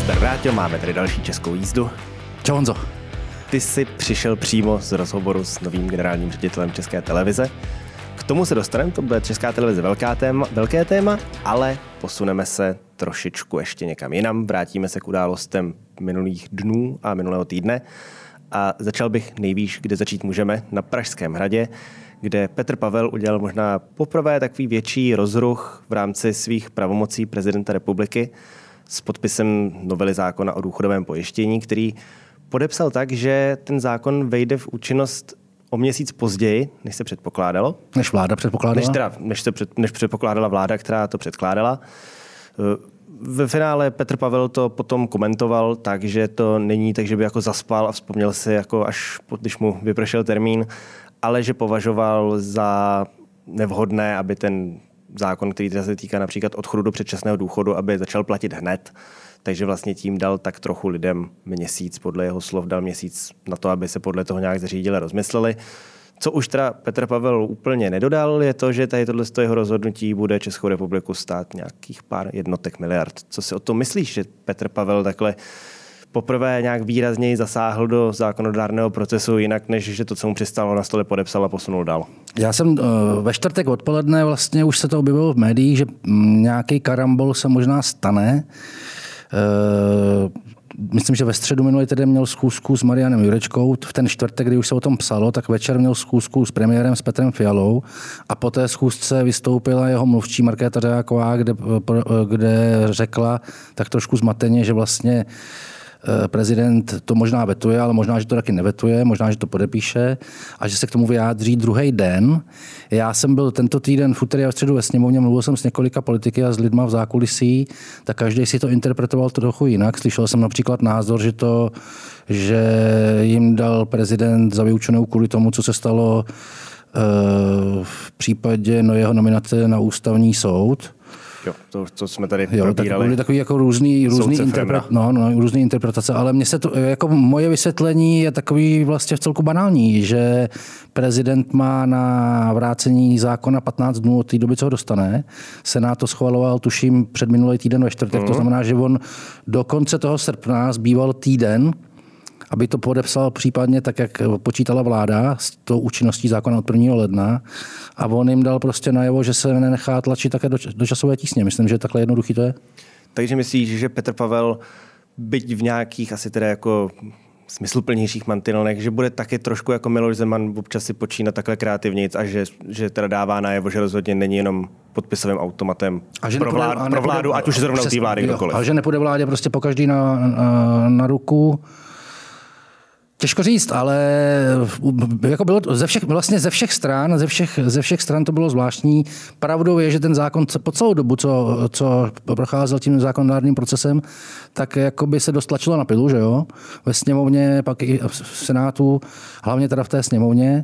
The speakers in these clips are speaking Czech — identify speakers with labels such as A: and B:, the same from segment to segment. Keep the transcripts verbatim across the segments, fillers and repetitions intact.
A: Super vrátil, máme tady další českou jízdu.
B: Čau Honzo.
A: Ty jsi přišel přímo z rozhovoru s novým generálním ředitelem České televize. K tomu se dostaneme, to bude Česká televize velká téma, velké téma, ale posuneme se trošičku ještě někam jinam. Vrátíme se k událostem minulých dnů a minulého týdne. A začal bych nejvýš, kde začít můžeme, na Pražském hradě, kde Petr Pavel udělal možná poprvé takový větší rozruch v rámci svých pravomocí prezidenta republiky s podpisem novely zákona o důchodovém pojištění, který podepsal tak, že ten zákon vejde v účinnost o měsíc později, než se předpokládalo.
B: Než vláda předpokládala?
A: Než, teda, než, se před, než předpokládala vláda, která to předkládala. Ve finále Petr Pavel to potom komentoval tak, že to není tak, že by jako zaspal a vzpomněl si, jako až když mu vypršel termín, ale že považoval za nevhodné, aby ten zákon, který se týká například odchodu do předčasného důchodu, aby začal platit hned. Takže vlastně tím dal tak trochu lidem měsíc, podle jeho slov dal měsíc na to, aby se podle toho nějak zařídili a rozmysleli. Co už teda Petr Pavel úplně nedodal, je to, že tady tohle jeho rozhodnutí bude Českou republiku stát nějakých pár jednotek miliard. Co si o tom myslíš, že Petr Pavel takhle poprvé nějak výrazněji zasáhl do zákonodárného procesu, jinak než že to, co mu přistálo na stole, podepsal a posunul dál?
B: Já jsem ve čtvrtek odpoledne, vlastně už se to objevilo v médiích, že nějaký karambol se možná stane. Myslím, že ve středu minulý týden měl schůzku s Marianem Jurečkou. V ten čtvrtek, kdy už se o tom psalo, tak večer měl schůzku s premiérem, s Petrem Fialou a po té schůzce vystoupila jeho mluvčí Markéta Řejáková, kde, kde řekla tak trošku zmateně, že vlastně prezident to možná vetuje, ale možná, že to taky nevetuje, možná, že to podepíše a že se k tomu vyjádří druhý den. Já jsem byl tento týden v úterý a v středu ve sněmovně, mluvil jsem s několika politiky a s lidma v zákulisí, tak každý si to interpretoval trochu jinak. Slyšel jsem například názor, že to, že jim dal prezident za vyučenou kvůli tomu, co se stalo v případě no, jeho nominace na ústavní soud.
A: Jo, to, co jsme tady
B: jo,
A: probírali.
B: Tak byly takový jako různý, různý, interpre- no, no, různý interpretace, ale mně se to, jako moje vysvětlení je takový vlastně v celku banální, že prezident má na vrácení zákona patnáct dnů od té doby, co ho dostane. Senát to schvaloval, tuším, před minulý týden ve čtvrtek, mm. to znamená, že on do konce toho srpna zbýval týden, aby to podepsal případně tak, jak počítala vláda s tou účinností zákona od prvního ledna a on jim dal prostě najevo, že se nenechá tlačit také do, do časové tísně. Myslím, že takhle jednoduchý to je. Takže myslíš, že Petr Pavel, byť v nějakých asi teda jako smysluplnějších mantinelech, že bude taky trošku jako Miloš Zeman občas si počínat takhle kreativnějc a že, že teda dává najevo, že rozhodně není jenom podpisovým automatem a že pro, nepůjde, vlád, a pro vládu, ať už zrovna té vlády kdokoliv. A že nepůjde vládě prostě po každý na, na, na ruku. Těžko říct, ale jako bylo to ze všech, vlastně ze všech stran, ze všech, ze všech stran to bylo zvláštní. Pravdou je, že ten zákon po celou dobu, co, co procházel tím zákonodárným procesem, tak jakoby se dost tlačilo na pilu, že jo? Ve sněmovně, pak i v Senátu, hlavně teda v té sněmovně.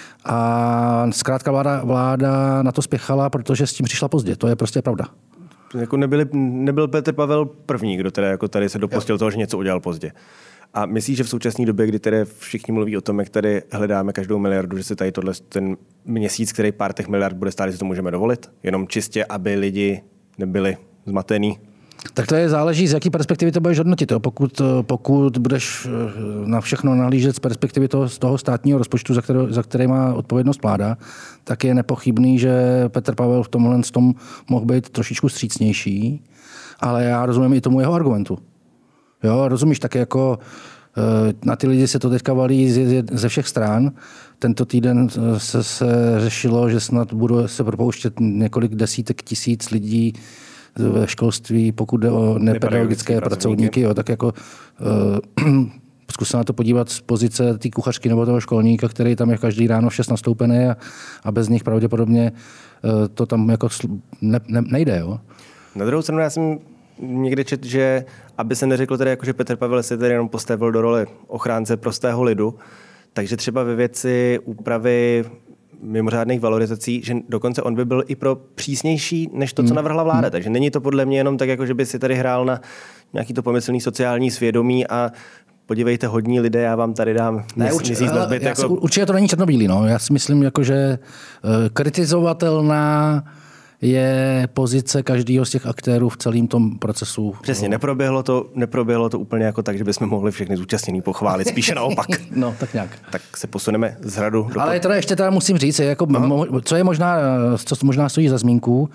B: A zkrátka vláda, vláda na to spěchala, protože s tím přišla pozdě. To je prostě pravda.
A: Jako nebyli, nebyl Petr Pavel první, kdo teda jako tady se dopustil jo. toho, že něco udělal pozdě. A myslíš, že v současné době, kdy tedy všichni mluví o tom, jak tady hledáme každou miliardu, že se tady tohle ten měsíc, který pár těch miliard bude stát, že to můžeme dovolit? Jenom čistě, aby lidi nebyli zmatený?
B: Tak to je záleží, z jaký perspektivy to budeš hodnotit. Jo. Pokud, pokud budeš na všechno nahlížet z perspektivy toho, z toho státního rozpočtu, za který, za který má odpovědnost vláda, tak je nepochybný, že Petr Pavel v tomhle tom mohl být trošičku vstřícnější, ale já rozumím i tomu jeho argumentu. Jo, rozumíš, tak jako na ty lidi se to teďka valí ze všech stran. Tento týden se, se řešilo, že snad budou se propouštět několik desítek tisíc lidí ve školství, pokud jde o nepedagogické pracovníky. Jo, tak jako uh, zkus se na to podívat z pozice té kuchařky nebo toho školníka, který tam je každý ráno v šest nastoupený a, a bez nich pravděpodobně uh, to tam jako ne, ne, nejde. Jo.
A: Na druhou stranu já jsem někde čet, že aby se neřeklo tedy, jako, že Petr Pavel se tedy jenom postavil do role ochránce prostého lidu, takže třeba ve věci úpravy mimořádných valorizací, že dokonce on by byl i pro přísnější, než to, co navrhla vláda. Takže není to podle mě jenom tak, jako, že by si tady hrál na nějaký to pomyslný sociální svědomí a podívejte, hodní lidé, já vám tady dám
B: ne, určitě, měsíc nazbyt. Jako... Určitě to není černobílý. No. Já si myslím, jako, že kritizovatelná je pozice každého z těch aktérů v celém tom procesu.
A: Přesně, neproběhlo to, neproběhlo to úplně jako tak, že bychom mohli všechny zúčastnění pochválit, spíše naopak.
B: No, tak nějak.
A: Tak se posuneme z hradu. Do
B: Ale teda ještě teda musím říct, jako, co je možná, co možná stojí za zmínku,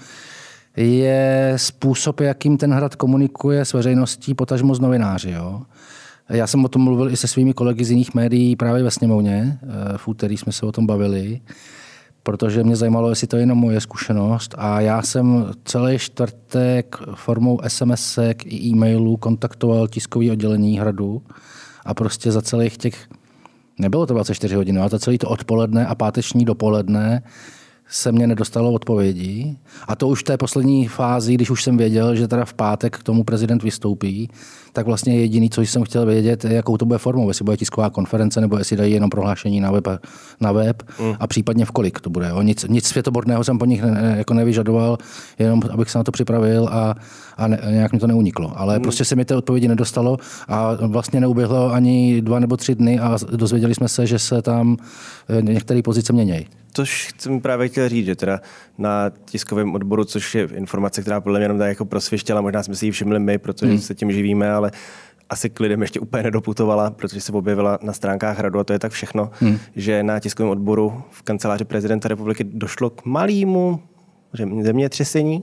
B: je způsob, jakým ten hrad komunikuje s veřejností, potažmo s novináři. Jo? Já jsem o tom mluvil i se svými kolegy z jiných médií právě ve sněmovně. V úterý jsme se o tom bavili, protože mě zajímalo, jestli to je jenom moje zkušenost. A já jsem celý čtvrtek formou SMSek i e-mailů kontaktoval tiskový oddělení hradu a prostě za celých těch, nebylo to dvacet čtyři hodin, ale za celý to odpoledne a páteční dopoledne se mě nedostalo odpovědi. A to už v té poslední fázi, když už jsem věděl, že teda v pátek k tomu prezident vystoupí, tak vlastně jediný, co jsem chtěl vědět, je, jakou to bude formou. Jestli bude tisková konference, nebo jestli dají jenom prohlášení na web, na web mm. a případně v kolik to bude. Jo. Nic, nic světoborného jsem po nich ne, jako nevyžadoval, jenom abych se na to připravil a, a ne, nějak mi to neuniklo. Ale mm. prostě se mi té odpovědi nedostalo a vlastně neuběhlo ani dva nebo tři dny a dozvěděli jsme se, že se tam některé pozice měnějí.
A: Což jsem právě chtěl říct, že teda na tiskovém odboru, což je informace, která podle mě jenom tak jako prosvištěla, možná jsme si ji všimli my, protože hmm. se tím živíme, ale asi k lidem ještě úplně nedoputovala, protože se objevila na stránkách hradu a to je tak všechno, hmm. že na tiskovém odboru v kanceláři prezidenta republiky došlo k malému zemětřesení,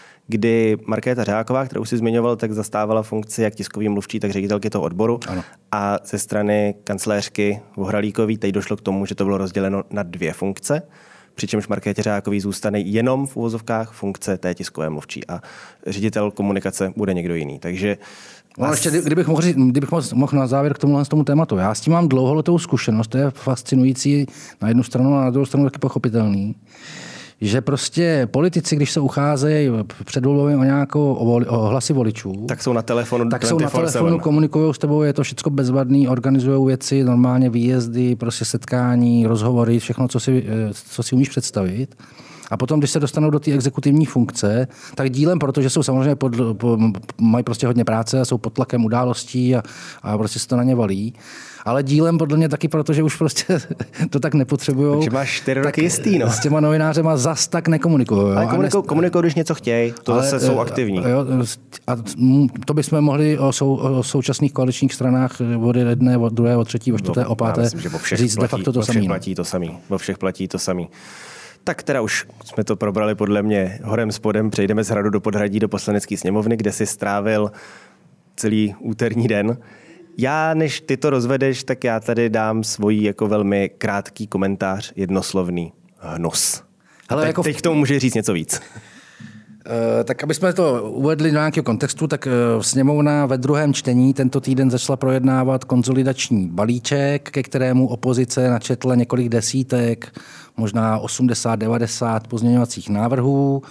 A: kdy Markéta Řáková, kterou si zmiňoval, tak zastávala funkci jak tiskový mluvčí, tak ředitelky toho odboru. Ano. A ze strany kancléřky Vohralíkový teď došlo k tomu, že to bylo rozděleno na dvě funkce, přičemž Markétě Řákový zůstane jenom v uvozovkách funkce té tiskové mluvčí a ředitel komunikace bude někdo jiný. Takže
B: No, as... ještě, kdybych mohl, kdybych mohl na závěr k tomu, tomu tématu. Já s tím mám dlouholetou zkušenost, to je fascinující na jednu stranu a na druhou stranu taky pochopitelný, že prostě politici, když se ucházejí před volbami o nějakou o, voli, o hlasy voličů,
A: tak jsou na telefonu,
B: tak jsou na telefonu, komunikují s tebou, je to všechno bezvadný, organizují věci, normálně výjezdy, prostě setkání, rozhovory, všechno, co si, co si umíš představit. A potom, když se dostanou do té exekutivní funkce, tak dílem, protože jsou samozřejmě pod, po, mají prostě hodně práce a jsou pod tlakem událostí a, a prostě se to na ně valí. Ale dílem podle mě taky, protože už prostě to tak nepotřebujou.
A: Takže máš čtyři roky jistý, no.
B: S těma novinářema zas tak nekomunikují.
A: Ale komunikují, komunikují, když něco chtějí. To ale, zase jsou aktivní.
B: Jo, a to bychom mohli o, sou, o současných koaličních stranách od jedné, od druhé, od třetí, od čtvrté, o páté říct de facto to samé.
A: Platí to samý. Vo všech platí to samý. Tak teda už jsme to probrali podle mě horem spodem. Přejdeme z hradu do Podhradí do Poslanecké sněmovny, kde si strávil celý úterní den. Já, než ty to rozvedeš, tak já tady dám svůj jako velmi krátký komentář, jednoslovný hnus. Hele, teď, jako v... teď k tomu může říct něco víc.
B: Uh, tak aby jsme to uvedli do nějakého kontextu, tak uh, sněmovna ve druhém čtení tento týden začala projednávat konsolidační balíček, ke kterému opozice načetla několik desítek, možná osmdesát devadesát pozměňovacích návrhů.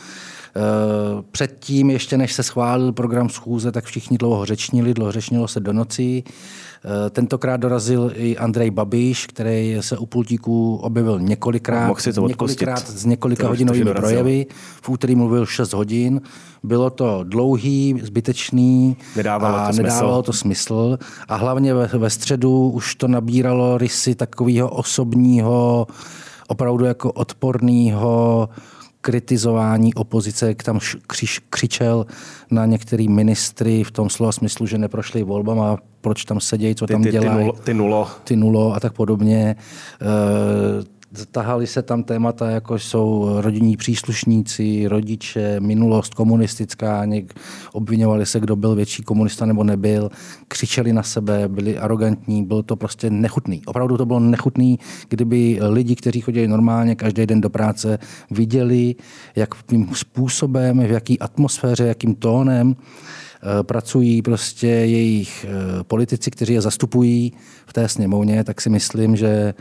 B: Předtím, ještě než se schválil program schůze, tak všichni dlouho řečnili, dlouho řečnilo se do noci. Tentokrát dorazil i Andrej Babiš, který se u pultíku objevil několikrát, několikrát z několika hodinovými projevy. V úterý mluvil šest hodin. Bylo to dlouhý, zbytečný
A: nedávalo
B: a
A: to
B: nedávalo
A: smysl.
B: to smysl. A hlavně ve, ve středu už to nabíralo rysy takového osobního, opravdu jako odporného kritizování opozice, jak tam křič, křičel na některý ministry v tom slova smyslu, že neprošli volbama, proč tam sedějí, co
A: ty,
B: tam
A: ty,
B: dělají.
A: Ty nulo, ty nulo.
B: Ty nulo a tak podobně. E, Tahali se tam témata, jako jsou rodinní příslušníci, rodiče, minulost komunistická, něk, obviňovali se, kdo byl větší komunista nebo nebyl, křičeli na sebe, byli arrogantní, bylo to prostě nechutný. Opravdu to bylo nechutný, kdyby lidi, kteří chodili normálně každý den do práce, viděli, jakým způsobem, v jaký atmosféře, jakým tónem pracují prostě jejich politici, kteří je zastupují v té sněmovně, tak si myslím, že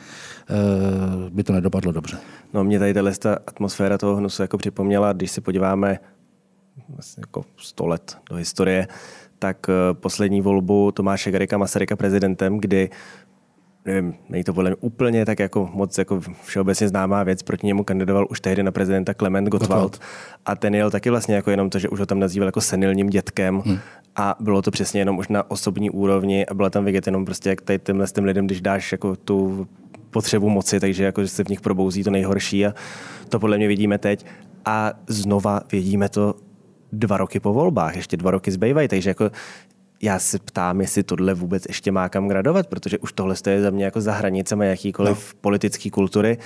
B: by to nedopadlo dobře.
A: No, mě tady ta atmosféra toho hnusu jako připomněla, když se podíváme vlastně jako sto let do historie, tak poslední volbu Tomáše Garrigua Masaryka prezidentem, kdy nevím, není to podle mě úplně tak jako moc jako všeobecně známá věc, proti němu kandidoval už tehdy na prezidenta Klement Gottwald. Gottwald. A ten jel taky vlastně jako jenom to, že už ho tam nazýval jako senilním dětkem hmm. a bylo to přesně jenom už na osobní úrovni a byla tam vidět jenom prostě jak tady těmhle s těm lidem, když dáš jako tu potřebu moci, takže jako, že se v nich probouzí to nejhorší a to podle mě vidíme teď. a znova vědíme to dva roky po volbách, ještě dva roky zbývají, takže jako já se ptám, jestli tohle vůbec ještě má kam gradovat, protože už tohle je za mě jako za hranicemi jakýkoliv no. politické kultury,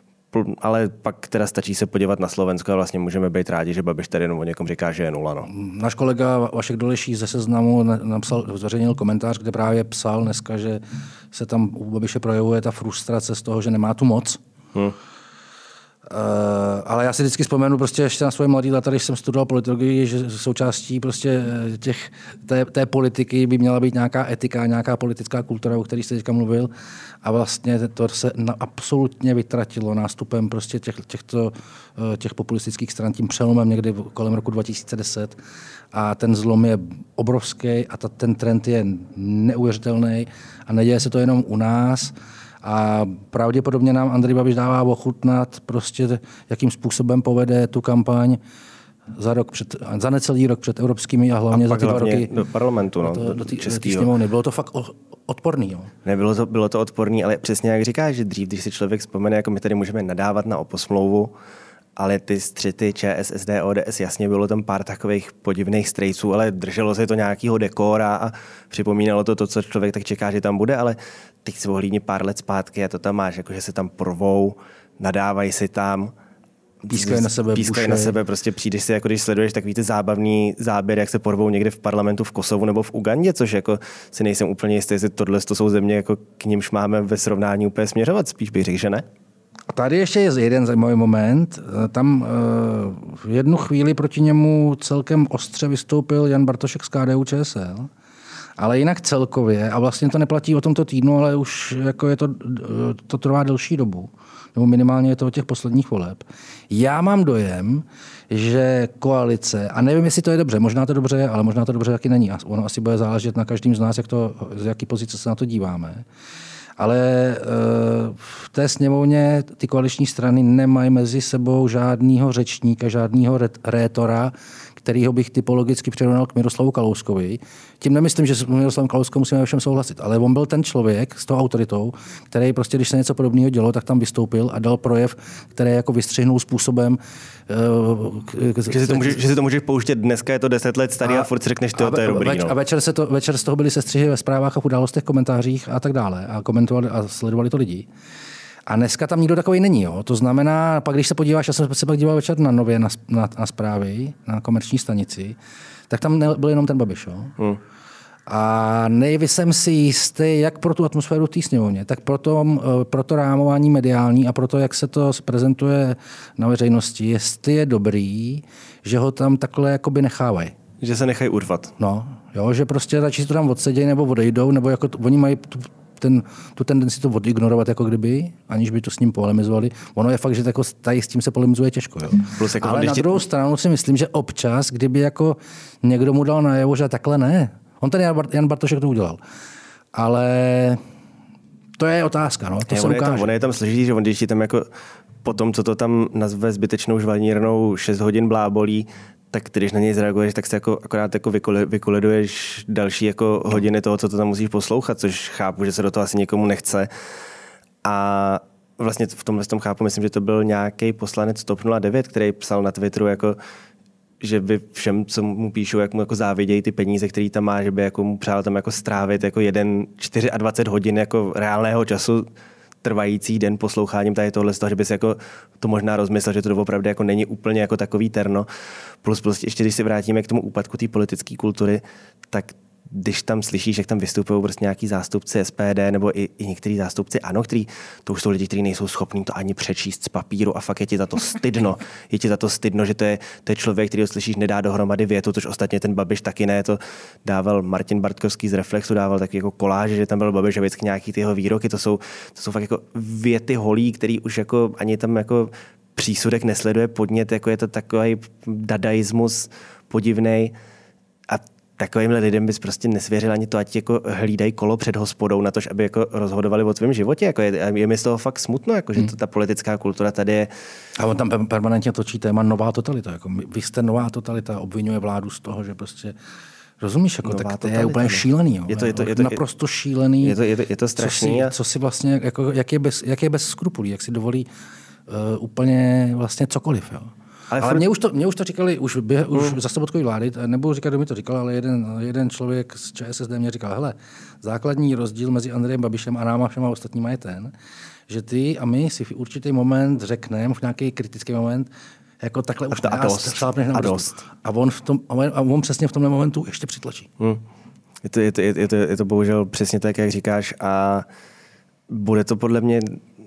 A: ale pak teda stačí se podívat na Slovensko a vlastně můžeme být rádi, že Babiš tady jenom o někom říká, že je nula. No.
B: Náš kolega Vašek Dolejší ze Seznamu napsal, zveřejnil komentář, kde právě psal dneska, že se tam u Babiše projevuje ta frustrace z toho, že nemá tu moc. Hmm. Uh, ale já si vždycky vzpomenu prostě ještě na svoje mladé leta, když jsem studoval politologii, že součástí prostě těch, té, té politiky by měla být nějaká etika, nějaká politická kultura, o které jste teďka mluvil. A vlastně to se na, absolutně vytratilo nástupem prostě těch, těchto, těch populistických stran, tím přelomem někdy kolem roku dva tisíce deset. A ten zlom je obrovský a ta, ten trend je neuvěřitelný a neděje se to jenom u nás. A pravděpodobně nám Andrej Babiš dává ochutnat, prostě, jakým způsobem povede tu kampaň za, rok před, za necelý rok před evropskými a hlavně
A: a
B: za ty dva roky
A: do parlamentu, no,
B: do, do, do českého. Bylo to fakt odporný. Jo.
A: Nebylo to, bylo to odporný, ale přesně jak říkáš, že dřív, když si člověk vzpomene, jako my tady můžeme nadávat na oposmlouvu, ale ty střety ČSSD, O D S, jasně bylo tam pár takových podivných strejců, ale drželo se to nějakého dekora a připomínalo to to, co člověk tak čeká, že tam bude, ale teď si ohlídni pár let zpátky a to tam máš, jako že se tam porvou, nadávají si tam,
B: pískají na sebe,
A: pískají na sebe, prostě přijdeš si, jako když sleduješ takový ty zábavný záběr, jak se porvou někde v parlamentu v Kosovu nebo v Ugandě, což jako si nejsem úplně jistý, jestli tohle to jsou země, jako k nimž máme ve srovnání úplně směřovat, spíš bych řekl, že ne?
B: Tady ještě je jeden zajímavý moment. Tam v jednu chvíli proti němu celkem ostře vystoupil Jan Bartošek z K D U Č S L, ale jinak celkově, a vlastně to neplatí o tomto týdnu, ale už jako je to, to trvá delší dobu, nebo minimálně je to od těch posledních voleb. Já mám dojem, že koalice, a nevím, jestli to je dobře, možná to dobře je, ale možná to dobře taky není. Ono asi bude záležet na každém z nás, jak to, z jaký pozice se na to díváme. Ale v té sněmovně ty koaliční strany nemají mezi sebou žádného řečníka, žádného rétora, kterýho bych typologicky přirovnal k Miroslavu Kalouskovi. Tím nemyslím, že s Miroslavem Kalouskem musíme ve všem souhlasit, ale on byl ten člověk s tou autoritou, který prostě, když se něco podobného dělo, tak tam vystoupil a dal projev, který jako vystřihnul způsobem.
A: K, k, že, si to můžeš, že si to můžeš pouštět dneska, je to deset let starý a, a furt si řekneš, to, to je dobrý.
B: Več,
A: no.
B: A večer, se to, večer z toho byly sestřihy ve zprávách a v událostech, komentářích a tak dále. A komentovali a sledovali to lidi. A dneska tam nikdo takový není. Jo. To znamená, pak když se podíváš, já jsem se pak díval večer na Nově, na, na, na zprávy, na komerční stanici, tak tam byl jenom ten Babiš. Jo. Hmm. A nejsem si jistý, jak pro tu atmosféru v té sněmovně, tak pro to, pro to rámování mediální a pro to, jak se to prezentuje na veřejnosti, jestli je dobrý, že ho tam takhle jakoby nechávají.
A: Že se nechají urvat.
B: No, jo, že prostě radši to tam odsedějí nebo odejdou, nebo jako to, oni mají tu, ten, tu tendenci to odignorovat, jako kdyby, aniž by to s ním polemizovali. Ono je fakt, že tako, tady s tím se polemizuje těžko. Jo. Plus jako ale na druhou tě... stranu si myslím, že občas, kdyby jako někdo mu dal najevo, že takhle ne. On ten Jan Bartošek to udělal. Ale to je otázka, no. To je, se
A: on,
B: ukáže.
A: Je tam, on je tam složitý, že on když tam jako po tom, co to tam nazve zbytečnou žvanírnou šest hodin blábolí, tak když na něj zareaguješ, tak se jako, akorát jako vykoleduješ další jako hodiny toho, co to tam musíš poslouchat, což chápu, že se do toho asi někomu nechce. A vlastně v tomhle tom chápu, myslím, že to byl nějaký poslanec TOP nula devět, který psal na Twitteru, jako, že by všem, co mu píšou, jak mu jako závidějí ty peníze, který tam má, že by jako mu přál tam jako strávit jako jeden dvacet čtyři hodin jako reálného času trvající den posloucháním tady tohle z toho, že by si jako to možná rozmyslel, že to doopravdy jako není úplně jako takový terno. Plus, plus ještě když si vrátíme k tomu úpadku té politické kultury, tak když tam slyšíš, jak tam vystupují prostě nějaký zástupci S P D nebo i, i některý zástupci ANO, který, to už jsou lidi, kteří nejsou schopní to ani přečíst z papíru a fakt je ti za to stydno. Je ti za to stydno, že to je, to je člověk, který ho slyšíš, nedá dohromady větu, což ostatně ten Babiš taky ne. To dával Martin Bartkovský z Reflexu, dával taky jako koláže, že tam byl Babiš a vždycky nějaký ty jeho výroky, to jsou, to jsou fakt jako věty holí, který už jako ani tam jako přísudek nesleduje podnět, jako je to takový dadaismus podivnej. A takovýmhle lidem bys prostě nesvěřil ani to, ať jako hlídají kolo před hospodou na to, aby jako rozhodovali o tvém životě. Jako je, je mi z toho fakt smutno, jako, že to, ta politická kultura tady je.
B: A on tam permanentně točí téma nová totalita. Jako vy jste nová totalita, obvinuje vládu z toho, že prostě rozumíš, jako, tak to je úplně šílený. Jo.
A: Je to, je to, je to,
B: naprosto šílený.
A: Je to, je to, je to strašný.
B: Co si, co si vlastně, jako, jak, je bez, jak je bez skrupulí, jak si dovolí uh, úplně vlastně cokoliv. Jo. Ale, ale mě, už to, mě už to říkali, už, běh, hmm. už za Sobotkový vlády, nebudu říkat, kdo mi to říkal, ale jeden, jeden člověk z ČSSD mě říkal, hele, základní rozdíl mezi Andrejem Babišem a náma všema ostatníma je ten, že ty a my si v určitý moment řekneme, v nějaký kritický moment, jako takhle už
A: a dost.
B: A, dost. a, on v tom, a on přesně v tomhle momentu ještě přitlačí.
A: Hmm. Je, to, je, to, je, to, je to bohužel přesně tak, jak říkáš, a bude to podle mě...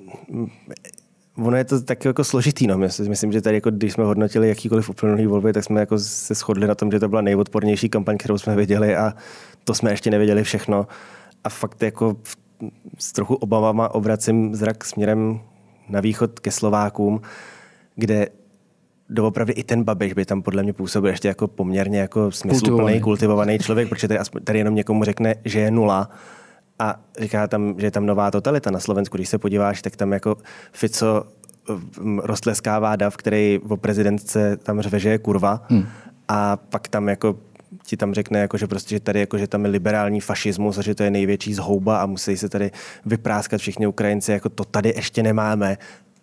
A: Ono je to tak jako složitý. No. Myslím, že tady, jako, když jsme hodnotili jakýkoliv uplynulý volby, tak jsme jako se shodli na tom, že to byla nejodpornější kampaň, kterou jsme viděli, a to jsme ještě nevěděli všechno. A fakt jako s trochu obavama obracím zrak směrem na východ ke Slovákům, kde doopravdy i ten Babiš by tam podle mě působil ještě jako poměrně jako smysluplný, kultivovaný, kultivovaný člověk, protože tady, tady jenom někomu řekne, že je nula, a říká tam, že je tam nová totalita na Slovensku. Když se podíváš, tak tam jako Fico roztleskává dav, který o prezidentce tam řve, že je kurva, hmm. a pak tam jako ti tam řekne, jako, že prostě že tady jako, že tam je liberální fašismus a že to je největší zhouba a musí se tady vypráskat všichni Ukrajinci, jako to tady ještě nemáme.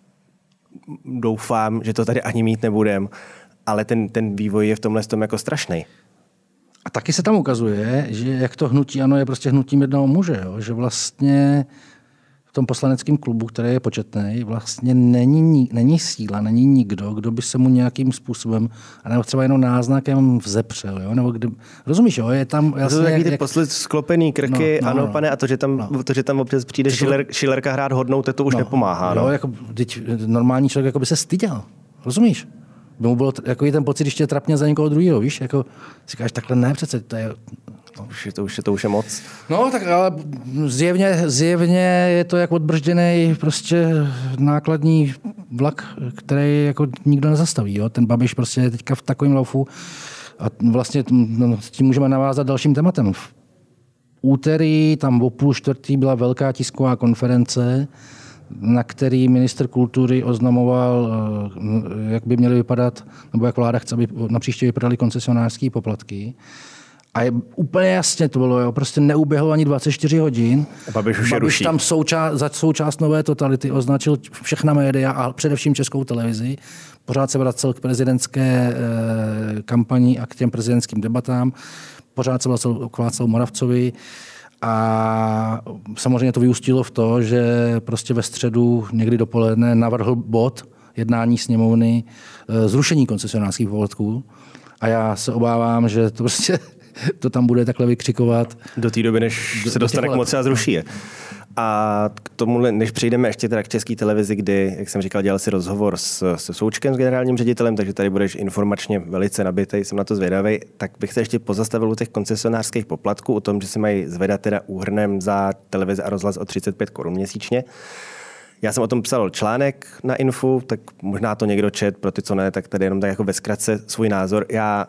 A: Doufám, že to tady ani mít nebudem, ale ten, ten vývoj je v tomhle tom jako strašný.
B: A taky se tam ukazuje, že jak to hnutí ANO je prostě hnutím jednoho muže, jo? Že vlastně v tom poslaneckém klubu, který je početný, vlastně není, není síla, není nikdo, kdo by se mu nějakým způsobem, a nebo třeba jenom náznakem vzepřel. Jo? Nebo kdy, rozumíš, jo? Je tam
A: jasně, to taky ty jak... posled sklopený krky, no, no, ano, no, pane, a to, že tam, no. to, že tam občas přijde to... Schiller, Schillerka hrát hodnou, to, to už no, nepomáhá.
B: Jo,
A: no.
B: jako, teď normální člověk jako by se styděl. Rozumíš? By mu bylo jako ten pocit, když tě trapně za někoho druhého, víš? Jako, říkáš, takhle ne, přece, to je...
A: No. Už je to, už je to už je moc.
B: No, tak ale zjevně, zjevně je to jak odbržděný prostě nákladní vlak, který jako nikdo nezastaví. Jo? Ten Babiš prostě je teďka v takovém laufu a vlastně no, tím můžeme navázat dalším tématem. V úterý, tam o půl čtvrtý byla velká tisková konference, na který ministr kultury oznamoval, jak by měly vypadat, nebo jak vláda chce, aby na příště vypadaly koncesionářské poplatky. A je úplně jasně to bylo, jo, prostě neuběhlo ani dvacet čtyři hodin.
A: Babiš už je
B: Babiš
A: ruší.
B: tam součást, za součást nové totality označil všechna média a především Českou televizi. Pořád se vracel k prezidentské eh, kampani a k těm prezidentským debatám. Pořád se vracel k Václavu Moravcovi. A samozřejmě to vyústilo v to, že prostě ve středu někdy dopoledne navrhl bod jednání sněmovny eh, zrušení koncesionářských poplatků. A já se obávám, že to prostě to tam bude takhle vykřikovat.
A: Do té doby, než do, se dostane k moci a zruší je. A k tomu, než přejdeme ještě teda k České televizi, kdy, jak jsem říkal, dělal si rozhovor s, s Součkem, s generálním ředitelem, takže tady budeš informačně velice nabitej, jsem na to zvědavý, tak bych se ještě pozastavil u těch koncesionářských poplatků, o tom, že si mají zvedat teda úhrnem za televizi a rozhlas o třicet pět korun měsíčně. Já jsem o tom psal článek na Infu, tak možná to někdo čet, pro ty, co ne, tak tady jenom tak jako ve zkratce svůj názor. Já,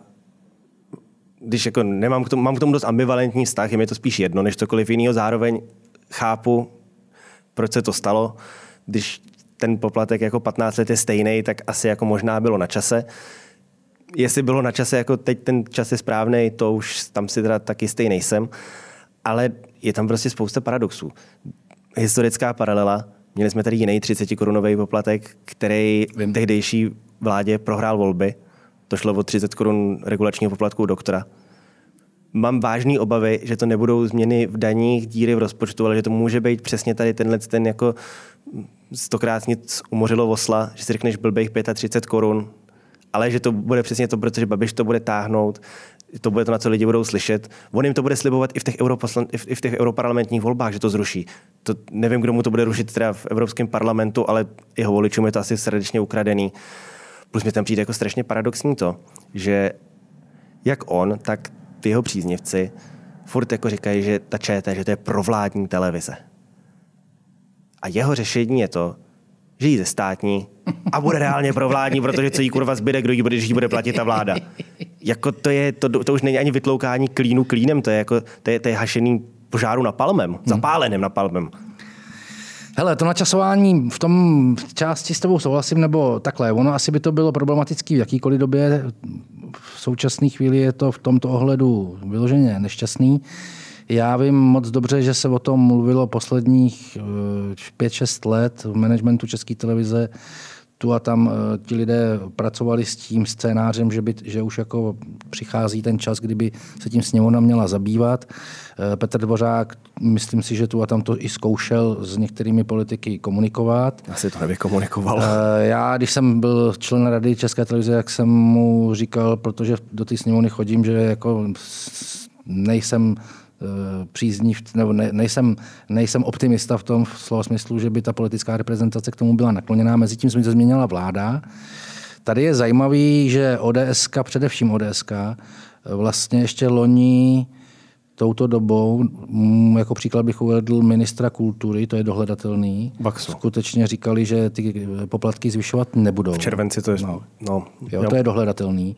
A: když jako nemám k tomu, mám k tomu dost ambivalentní vztah, je mi to spíš jedno, než cokoliv jiného, zároveň chápu, proč se to stalo. Když ten poplatek jako patnáct let je stejný, tak asi jako možná bylo na čase. Jestli bylo na čase, jako teď ten čas je správný, to už tam si teda taky stejný nejsem. Ale je tam prostě spousta paradoxů. Historická paralela. Měli jsme tady jiný třicetikorunový poplatek, který v tehdejší vládě prohrál volby. To šlo o třicet korun regulačního poplatku doktora. Mám vážné obavy, že to nebudou změny v daních, díry v rozpočtu, ale že to může být přesně tady tenhle ten jako stokrát nic umořilo osla, že si řekneš blbých třicet pět korun, ale že to bude přesně to, protože Babiš to bude táhnout, to bude to, na co lidi budou slyšet. On jim to bude slibovat i v těch, europoslan, i v těch europarlamentních volbách, že to zruší. To nevím, kdo mu to bude rušit teda v Evropském parlamentu, ale jeho voličům je to asi srdečně ukradený. Plus mi tam přijde jako strašně paradoxní to, že jak on, tak ty jeho příznivci furt jako říkají, že ta ČT, že to je provládní televize. A jeho řešení je to, že jí ze státní a bude reálně provládní, protože co jí kurva zbyde, kdo jí bude, když jí bude platit ta vláda. Jako to, je, to, to už není ani vytloukání klínu klínem, to je, jako, to je, to je hašený požáru napalmem, zapáleným napalmem.
B: Hele, to načasování v tom v části s tebou souhlasím, nebo takhle. Ono asi by to bylo problematické v jakýkoliv době. V současné chvíli je to v tomto ohledu vyloženě nešťastný. Já vím moc dobře, že se o tom mluvilo posledních pět šest let v managementu České televize. tu a tam ti lidé pracovali s tím scénářem, že, by, že už jako přichází ten čas, kdyby se tím sněmovna měla zabývat. Petr Dvořák, myslím si, že tu a tam to i zkoušel s některými politiky komunikovat.
A: Asi to nevykomunikoval.
B: Já, když jsem byl člen Rady České televize, jak jsem mu říkal, protože do té sněmovny chodím, že jako nejsem přízniv, nebo ne, nejsem, nejsem optimista v tom slova smyslu, že by ta politická reprezentace k tomu byla nakloněná. Mezitím se změnila vláda. Tady je zajímavý, že ODSka, především ODSka, vlastně ještě loni touto dobou, jako příklad bych uvedl ministra kultury, to je dohledatelný.
A: Baxu.
B: Skutečně říkali, že ty poplatky zvyšovat nebudou.
A: V červenci to je...
B: No.
A: No,
B: jo, to je dohledatelný.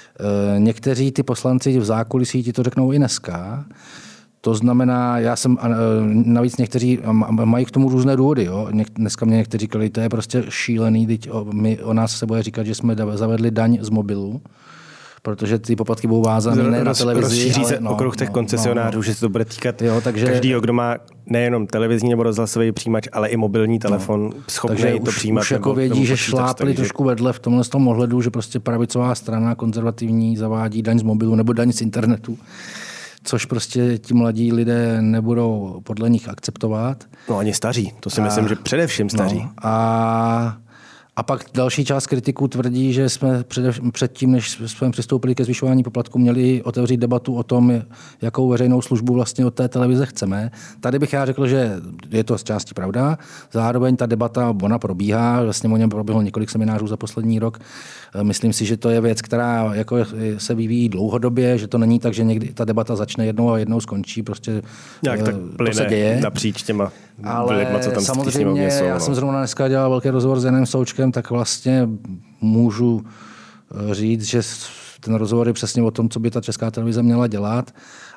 B: Někteří ty poslanci v zákulisí ti to řeknou i dneska. To znamená, já jsem, navíc někteří mají k tomu různé důvody. Jo. Dneska mě někteří říkali, to je prostě šílený, teď my o nás se bude říkat, že jsme zavedli daň z mobilu, protože ty poplatky budou vázané ne na televizi.
A: Rozšíří se
B: no,
A: okruh těch
B: no,
A: koncesionářů,
B: no, no.
A: že se to bude týkat
B: jo, takže,
A: každýho, kdo má nejenom televizní nebo rozhlasový přijímač, ale i mobilní telefon, no, schopný
B: takže
A: to
B: už,
A: přijímat.
B: Takže jako vědí, že šlápli trošku vedle v tomhle tom ohledu, že prostě pravicová strana konzervativní zavádí daň z mobilu nebo daň z internetu, což prostě ti mladí lidé nebudou podle nich akceptovat.
A: No ani staří, to si a, myslím, že především staří.
B: No, a, a pak další část kritiků tvrdí, že jsme předtím, než jsme přistoupili ke zvyšování poplatku, měli otevřít debatu o tom, jakou veřejnou službu vlastně od té televize chceme. Tady bych já řekl, že je to z části pravda. Zároveň ta debata, ona probíhá, ve sněmovně proběhlo několik seminářů za poslední rok. Myslím si, že to je věc, která jako se vyvíjí dlouhodobě, že to není tak, že někdy ta debata začne jednou a jednou skončí. Prostě
A: jak tak
B: to se děje.
A: Napříč těma
B: ale
A: lidma, co tam
B: samozřejmě,
A: jsou,
B: já
A: no.
B: jsem zrovna dneska dělal velký rozhovor s Janem Součkem, tak vlastně můžu říct, že ten rozhovor je přesně o tom, co by ta Česká televize měla dělat.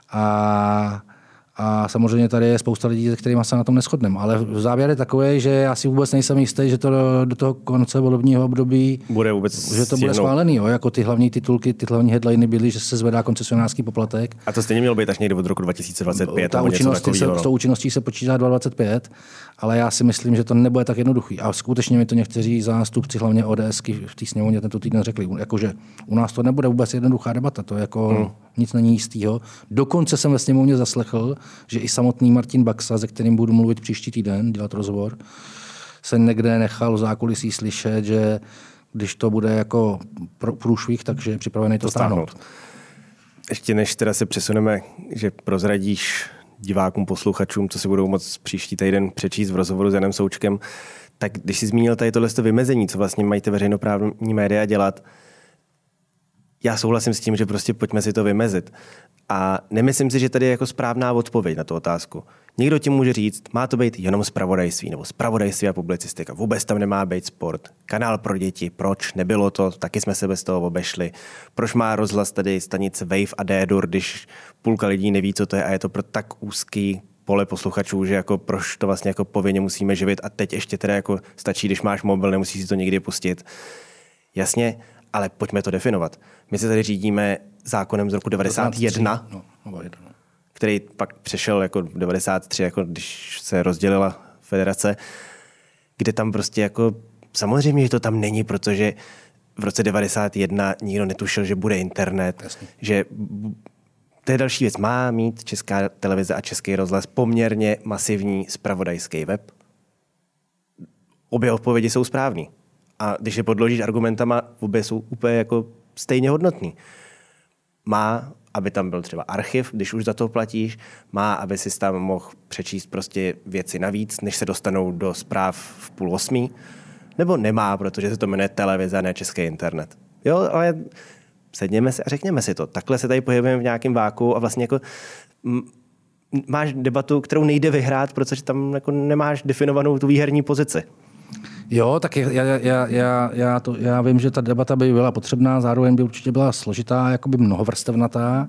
B: A A samozřejmě tady je spousta lidí, se kterými se na tom neshodneme. Ale závěr je takový, že já si vůbec nejsem jistý, že to do, do toho konce volebního období
A: bude vůbec
B: že to bude schválený. Jo? Jako ty hlavní titulky, ty hlavní headliny byly, že se zvedá koncesionářský poplatek.
A: A to stejně mělo být až někdy od roku dva tisíce dvacet pět.
B: Ta účinnost se, s tou účinností se počítá dvacet pět, ale já si myslím, že to nebude tak jednoduchý. A skutečně mi to někteří zástupci, hlavně ODSky v té sněmovně tento týden řekli, jakože u nás to nebude vůbec jednoduchá debata, to jako hmm. nic není jistýho. Dokonce jsem ve sněmovně zaslechl, že i samotný Martin Baxa, se kterým budu mluvit příští týden, dělat rozhovor, se někde nechal v zákulisí slyšet, že když to bude jako průšvih, takže je připravený to stáhnout.
A: Ještě než teda se přesuneme, že prozradíš divákům, posluchačům, co si budou moct příští týden přečíst v rozhovoru s Janem Součkem, tak když jsi zmínil tady tohle vymezení, co vlastně mají ty veřejnoprávní média dělat, já souhlasím s tím, že prostě pojďme si to vymezit. A nemyslím si, že tady je jako správná odpověď na tu otázku. Někdo ti může říct, má to být jenom zpravodajství nebo zpravodajství a publicistika. Vůbec tam nemá být sport. Kanál pro děti, proč? Nebylo to, taky jsme se bez toho obešli. Proč má rozhlas tady stanice Wave a D-Dur, když půlka lidí neví, co to je a je to pro tak úzký pole posluchačů, že jako proč to vlastně jako povinně musíme živit a teď ještě teda jako stačí, když máš mobil, nemusíš si to nikdy pustit. Jasně, ale pojďme to definovat. My se tady řídíme zákonem z roku devadesát jedna, no, no, který pak přešel jako v devadesát tři, jako když se rozdělila federace, kde tam prostě jako samozřejmě, že to tam není, protože v roce devadesát jedna nikdo netušil, že bude internet, Jasně. že to je další věc. Má mít Česká televize a Český rozhlas poměrně masivní zpravodajský web. Obě odpovědi jsou správný. A když je podložíš argumentama, obě jsou úplně jako stejně hodnotný. Má, aby tam byl třeba archiv, když už za to platíš, má, aby si tam mohl přečíst prostě věci navíc, než se dostanou do zpráv v půl osmí, nebo nemá, protože se to jmenuje televize, ne český internet. Jo, ale sedněme si a řekněme si to. Takhle se tady pohybujeme v nějakém váku a vlastně jako m- máš debatu, kterou nejde vyhrát, protože tam jako nemáš definovanou tu výherní pozici.
B: Jo, tak já, já, já, já, to, já vím, že ta debata by byla potřebná, zároveň by určitě byla složitá, jakoby mnohovrstevnatá,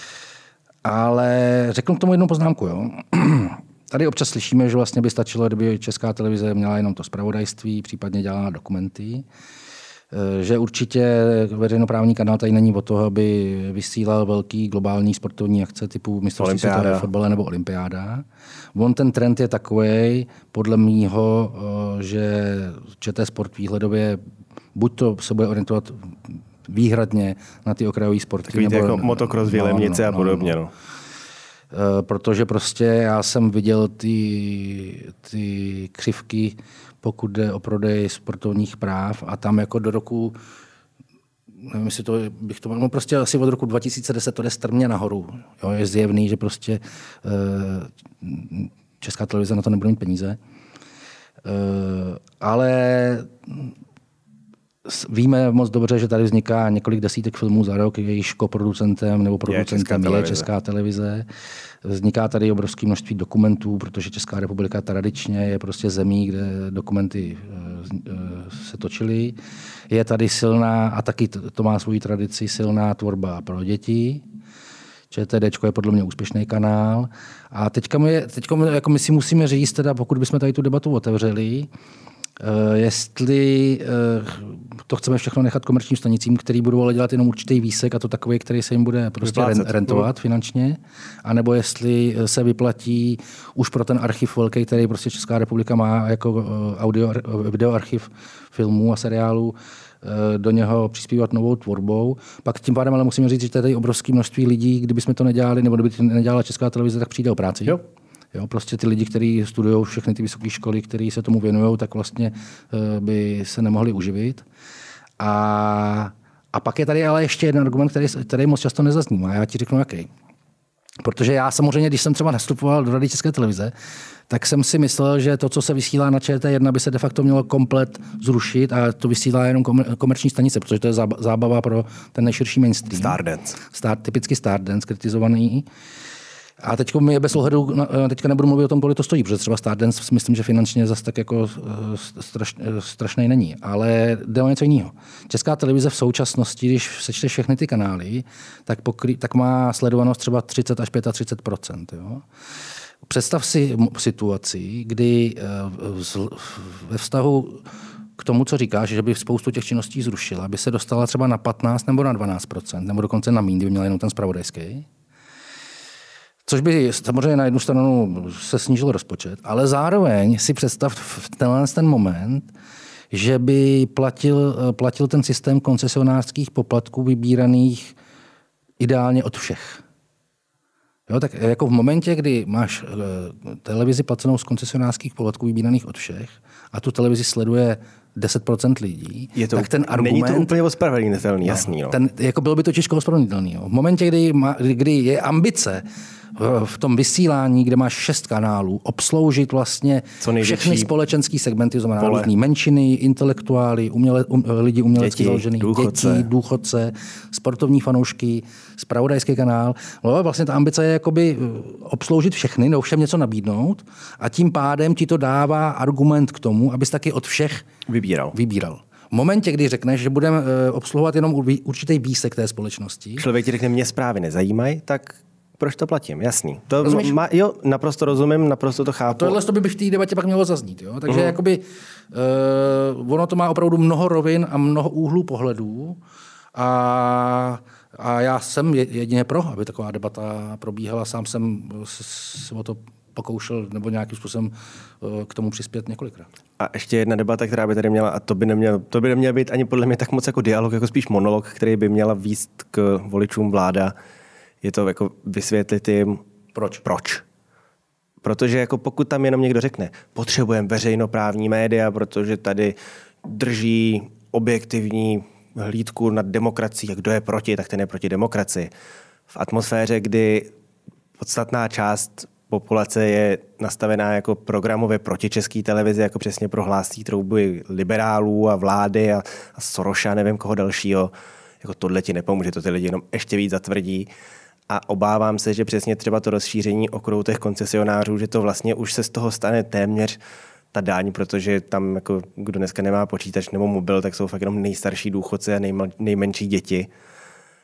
B: ale řeknu k tomu jednu poznámku. Jo. Tady občas slyšíme, že vlastně by stačilo, kdyby Česká televize měla jenom to zpravodajství, případně dělala dokumenty. že určitě veřejnoprávní kanál tady není o toho, aby vysílal velký globální sportovní akce typu mistrovství světa ve fotbale nebo olympiáda. On ten trend je takový, podle mýho, že ČT Sport výhledově buď to se bude orientovat výhradně na ty okrajové sporty.
A: Takový nebo, jako motocross, Vilemnice no, no, a podobně. No.
B: No. Protože prostě já jsem viděl ty, ty křivky, pokud jde o prodej sportovních práv a tam jako do roku, nevím, jestli to bych to no prostě asi od roku dva tisíce deset to jde strmě nahoru. Jo, je zjevný, že prostě Česká televize na to nebude mít peníze. Ale víme moc dobře, že tady vzniká několik desítek filmů za rok, jejíž koproducentem nebo producentem je Česká, je Česká televize. Vzniká tady obrovské množství dokumentů, protože Česká republika tradičně je prostě zemí, kde dokumenty se točily. Je tady silná, a taky to má svoji tradici, silná tvorba pro děti. ČTDčko je podle mě úspěšný kanál. A teďka my, teďka my, jako my si musíme říct, teda, pokud bychom tady tu debatu otevřeli, Uh, jestli uh, to chceme všechno nechat komerčním stanicím, který budou ale dělat jenom určitý výsek a to takový, který se jim bude prostě Vyplácet. rentovat finančně, anebo jestli se vyplatí už pro ten archiv velký, který prostě Česká republika má jako audio, videoarchiv filmů a seriálů, uh, do něho přispívat novou tvorbou. Pak tím pádem ale musíme říct, že tady obrovské množství lidí, kdybychom to nedělali, nebo kdyby to nedělala Česká televize, tak přijde o práci.
A: Jo.
B: Jo, prostě ty lidi, kteří studují všechny ty vysoké školy, které se tomu věnují, tak vlastně uh, by se nemohli uživit. A, a pak je tady ale ještě jeden argument, který, který moc často nezaznívá. Já ti řeknu, jaký. Protože já samozřejmě, když jsem třeba nastupoval do Rady České televize, tak jsem si myslel, že to, co se vysílá na Č T jedna, by se de facto mělo komplet zrušit a to vysílá jenom komerční stanice, protože to je zábava pro ten nejširší mainstream.
A: Stardance.
B: Star, typicky Stardance, kritizovaný. A teď mi je bez ohledu, teďka nebudu mluvit o tom, kolik to stojí, protože třeba Stardance myslím, že finančně zase tak jako straš, strašnej není. Ale jde o něco jiného. Česká televize v současnosti, když sečteš všechny ty kanály, tak, pokry, tak má sledovanost třeba třicet až třicet pět procent. Jo? Představ si situaci, kdy ve vztahu k tomu, co říkáš, že by spoustu těch činností zrušila, by se dostala třeba na patnáct nebo na dvanáct procent, nebo dokonce na míň, kdyby měla jenom ten zpravodajský. Což by samozřejmě na jednu stranu se snížil rozpočet, ale zároveň si představ v tenhle ten moment, že by platil, platil ten systém koncesionářských poplatků vybíraných ideálně od všech. Jo, tak jako v momentě, kdy máš televizi placenou z koncesionářských poplatků vybíraných od všech a tu televizi sleduje deset procent lidí,
A: je to,
B: tak ten argument...
A: Není to úplně ospravedlnitelný, jasný. No.
B: Ten, jako bylo by to těžko ospravedlnitelný. V momentě, kdy, má, kdy je ambice v tom vysílání, kde máš šest kanálů, obsloužit vlastně všechny společenské segmenty, znamená různý menšiny, intelektuály, uměle, um, lidi umělecky založený,
A: důchodce.
B: děti, důchodce, sportovní fanoušky, zpravodajský kanál. No, vlastně ta ambice je jakoby obsloužit všechny, no všem něco nabídnout a tím pádem ti to dává argument k tomu, abys taky od všech
A: vybíral.
B: vybíral. V momentě, kdy řekneš, že budeme obsluhovat jenom určitý výsek té společnosti.
A: Člověk ti řekne, mě zprávy nezajímají, tak proč to platím? Jasný. To má, jo, naprosto rozumím, naprosto to chápu.
B: Tohle to by v té debatě pak mělo zaznít. Jo? Takže uh-huh. jakoby, uh, ono to má opravdu mnoho rovin a mnoho úhlů pohledů. A, a já jsem jedině pro, aby taková debata probíhala. Sám jsem se o to pokoušel nebo nějakým způsobem uh, k tomu přispět několikrát.
A: A ještě jedna debata, která by tady měla, a to by neměl, to by neměl být ani podle mě tak moc jako dialog, jako spíš monolog, který by měla vést k voličům vláda. Je to jako vysvětlit jim,
B: proč.
A: proč. Protože jako pokud tam jenom někdo řekne, potřebujeme veřejnoprávní média, protože tady drží objektivní hlídku nad demokracií, a kdo je proti, tak ten je proti demokracii. V atmosféře, kdy podstatná část populace je nastavená jako programově proti České televizi, jako přesně prohlásí trouby liberálů a vlády a, a Soroša, nevím koho dalšího, jako tohle ti nepomůže, to ty lidi jenom ještě víc zatvrdí. A obávám se, že přesně třeba to rozšíření okruhu těch koncesionářů, že to vlastně už se z toho stane téměř ta daň, protože tam, jako, kdo dneska nemá počítač nebo mobil, tak jsou fakt jenom nejstarší důchodci a nejma, nejmenší děti.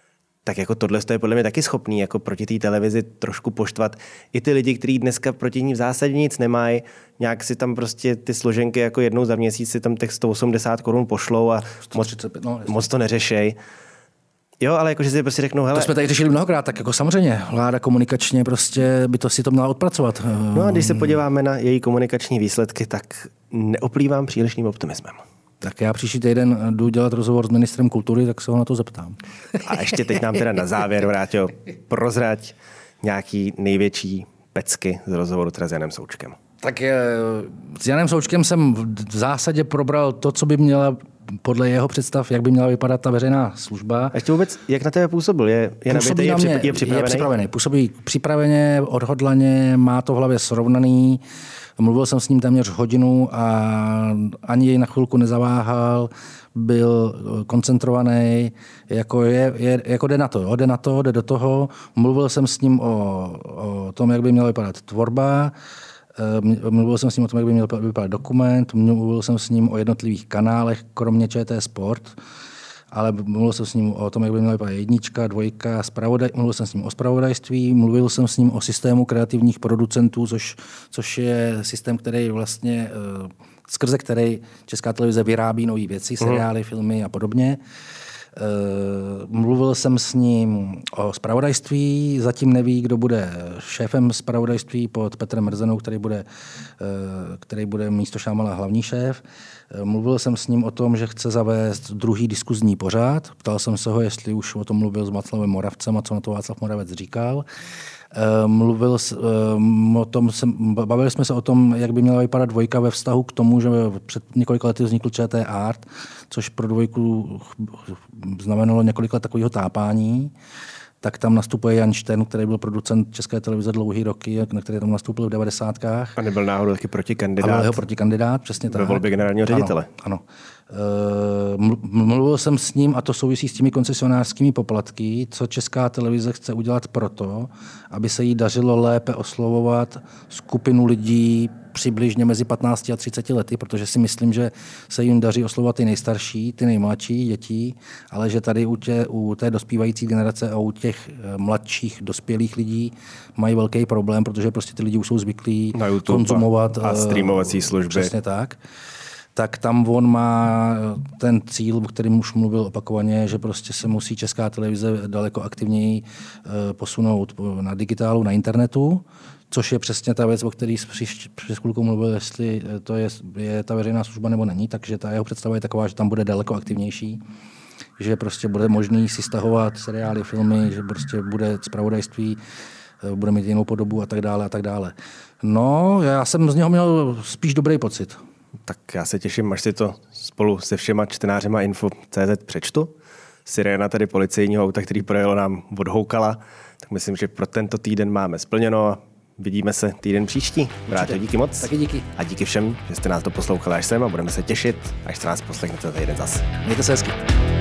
A: tak jako tohle je podle mě taky schopný jako proti té televizi trošku poštvat i ty lidi, kteří dneska proti ní v zásadě nic nemají, nějak si tam prostě ty složenky jako jednou za měsíc si tam těch sto osmdesát korun pošlou a moc, no, moc to neřešej. Jo, ale jakože si prostě řeknou, hele...
B: To jsme tady řešili mnohokrát, tak jako samozřejmě, vláda komunikačně prostě by to si to měla odpracovat.
A: No a když se podíváme na její komunikační výsledky, tak neoplývám přílišným optimismem.
B: Tak já příští týden jdu dělat rozhovor s ministrem kultury, tak se ho na to zeptám.
A: A ještě teď nám teda na závěr, Vráťo, prozrať nějaký největší pecky z rozhovoru teda s Janem Součkem.
B: Tak s Janem Součkem jsem v zásadě probral to, co by měla podle jeho představ, jak by měla vypadat ta veřejná služba.
A: A ještě vůbec, jak na tebe působil? Je, je, nabitý, je, mě, je připravený?
B: Je připravený. Působí připraveně, odhodlaně, má to v hlavě srovnaný. Mluvil jsem s ním téměř hodinu a ani jej na chvilku nezaváhal, byl koncentrovaný, jako, je, je, jako jde na to, jde na to, jde do toho. Mluvil jsem s ním o, o tom, jak by měla vypadat tvorba, mluvil jsem s ním o tom, jak by měl vypadat dokument, mluvil jsem s ním o jednotlivých kanálech, kromě ČT Sport, ale mluvil jsem s ním o tom, jak by měla vypadat jednička, dvojka, zpravodaj, mluvil jsem s ním o zpravodajství, mluvil jsem s ním o systému kreativních producentů, což, což je systém, který vlastně, skrze který Česká televize vyrábí nové věci, seriály, filmy a podobně. Mluvil jsem s ním o zpravodajství, zatím neví, kdo bude šéfem zpravodajství pod Petrem Mrzenou, který bude, který bude místo Šámala hlavní šéf. Mluvil jsem s ním o tom, že chce zavést druhý diskuzní pořad. Ptal jsem se ho, jestli už o tom mluvil s Václavem Moravcem a co na to Václav Moravec říkal. Mluvil o tom, bavili jsme se o tom, jak by měla vypadat dvojka ve vztahu k tomu, že před několika lety vznikl ČT Art, což pro dvojku znamenalo několik let takového tápání. Tak tam nastupuje Jan Štern, který byl producent České televize dlouhý roky, na který tam nastoupil v devadesátkách.
A: A nebyl náhodou taky protikandidát.
B: A byl jeho protikandidát, přesně tak.
A: Ve volbě generálního ředitele.
B: Ano, ano. Mluvil jsem s ním, a to souvisí s těmi koncesionářskými poplatky, co Česká televize chce udělat proto, aby se jí dařilo lépe oslovovat skupinu lidí přibližně mezi patnácti a třiceti lety, protože si myslím, že se jim daří oslovovat ty nejstarší, ty nejmladší děti, ale že tady u, tě, u té dospívající generace a u těch mladších dospělých lidí mají velký problém, protože prostě ty lidi už jsou zvyklí
A: na YouTube
B: konzumovat
A: a streamovací služby.
B: Přesně tak. Tak tam on má ten cíl, o kterém už mluvil opakovaně, že prostě se musí Česká televize daleko aktivněji posunout na digitálu, na internetu, což je přesně ta věc, o které přes chvilku mluvil, jestli to je, je ta veřejná služba nebo není, takže ta jeho představa je taková, že tam bude daleko aktivnější, že prostě bude možný si stahovat seriály, filmy, že prostě bude zpravodajství, bude mít jinou podobu a tak dále a tak dále. No, já jsem z něho měl spíš dobrý pocit.
A: Tak já se těším, až si to spolu se všema čtenářema info tečka cé zet přečtu. Siréna tady policejního auta, který projelo, nám odhoukala, tak myslím, že pro tento týden máme splněno a vidíme se týden příští. Vráťo, díky moc.
B: Taky díky.
A: A díky všem, že jste nás doposlouchali až sem a budeme se těšit, až se nás poslechnete za týden zase.
B: Mějte se hezky.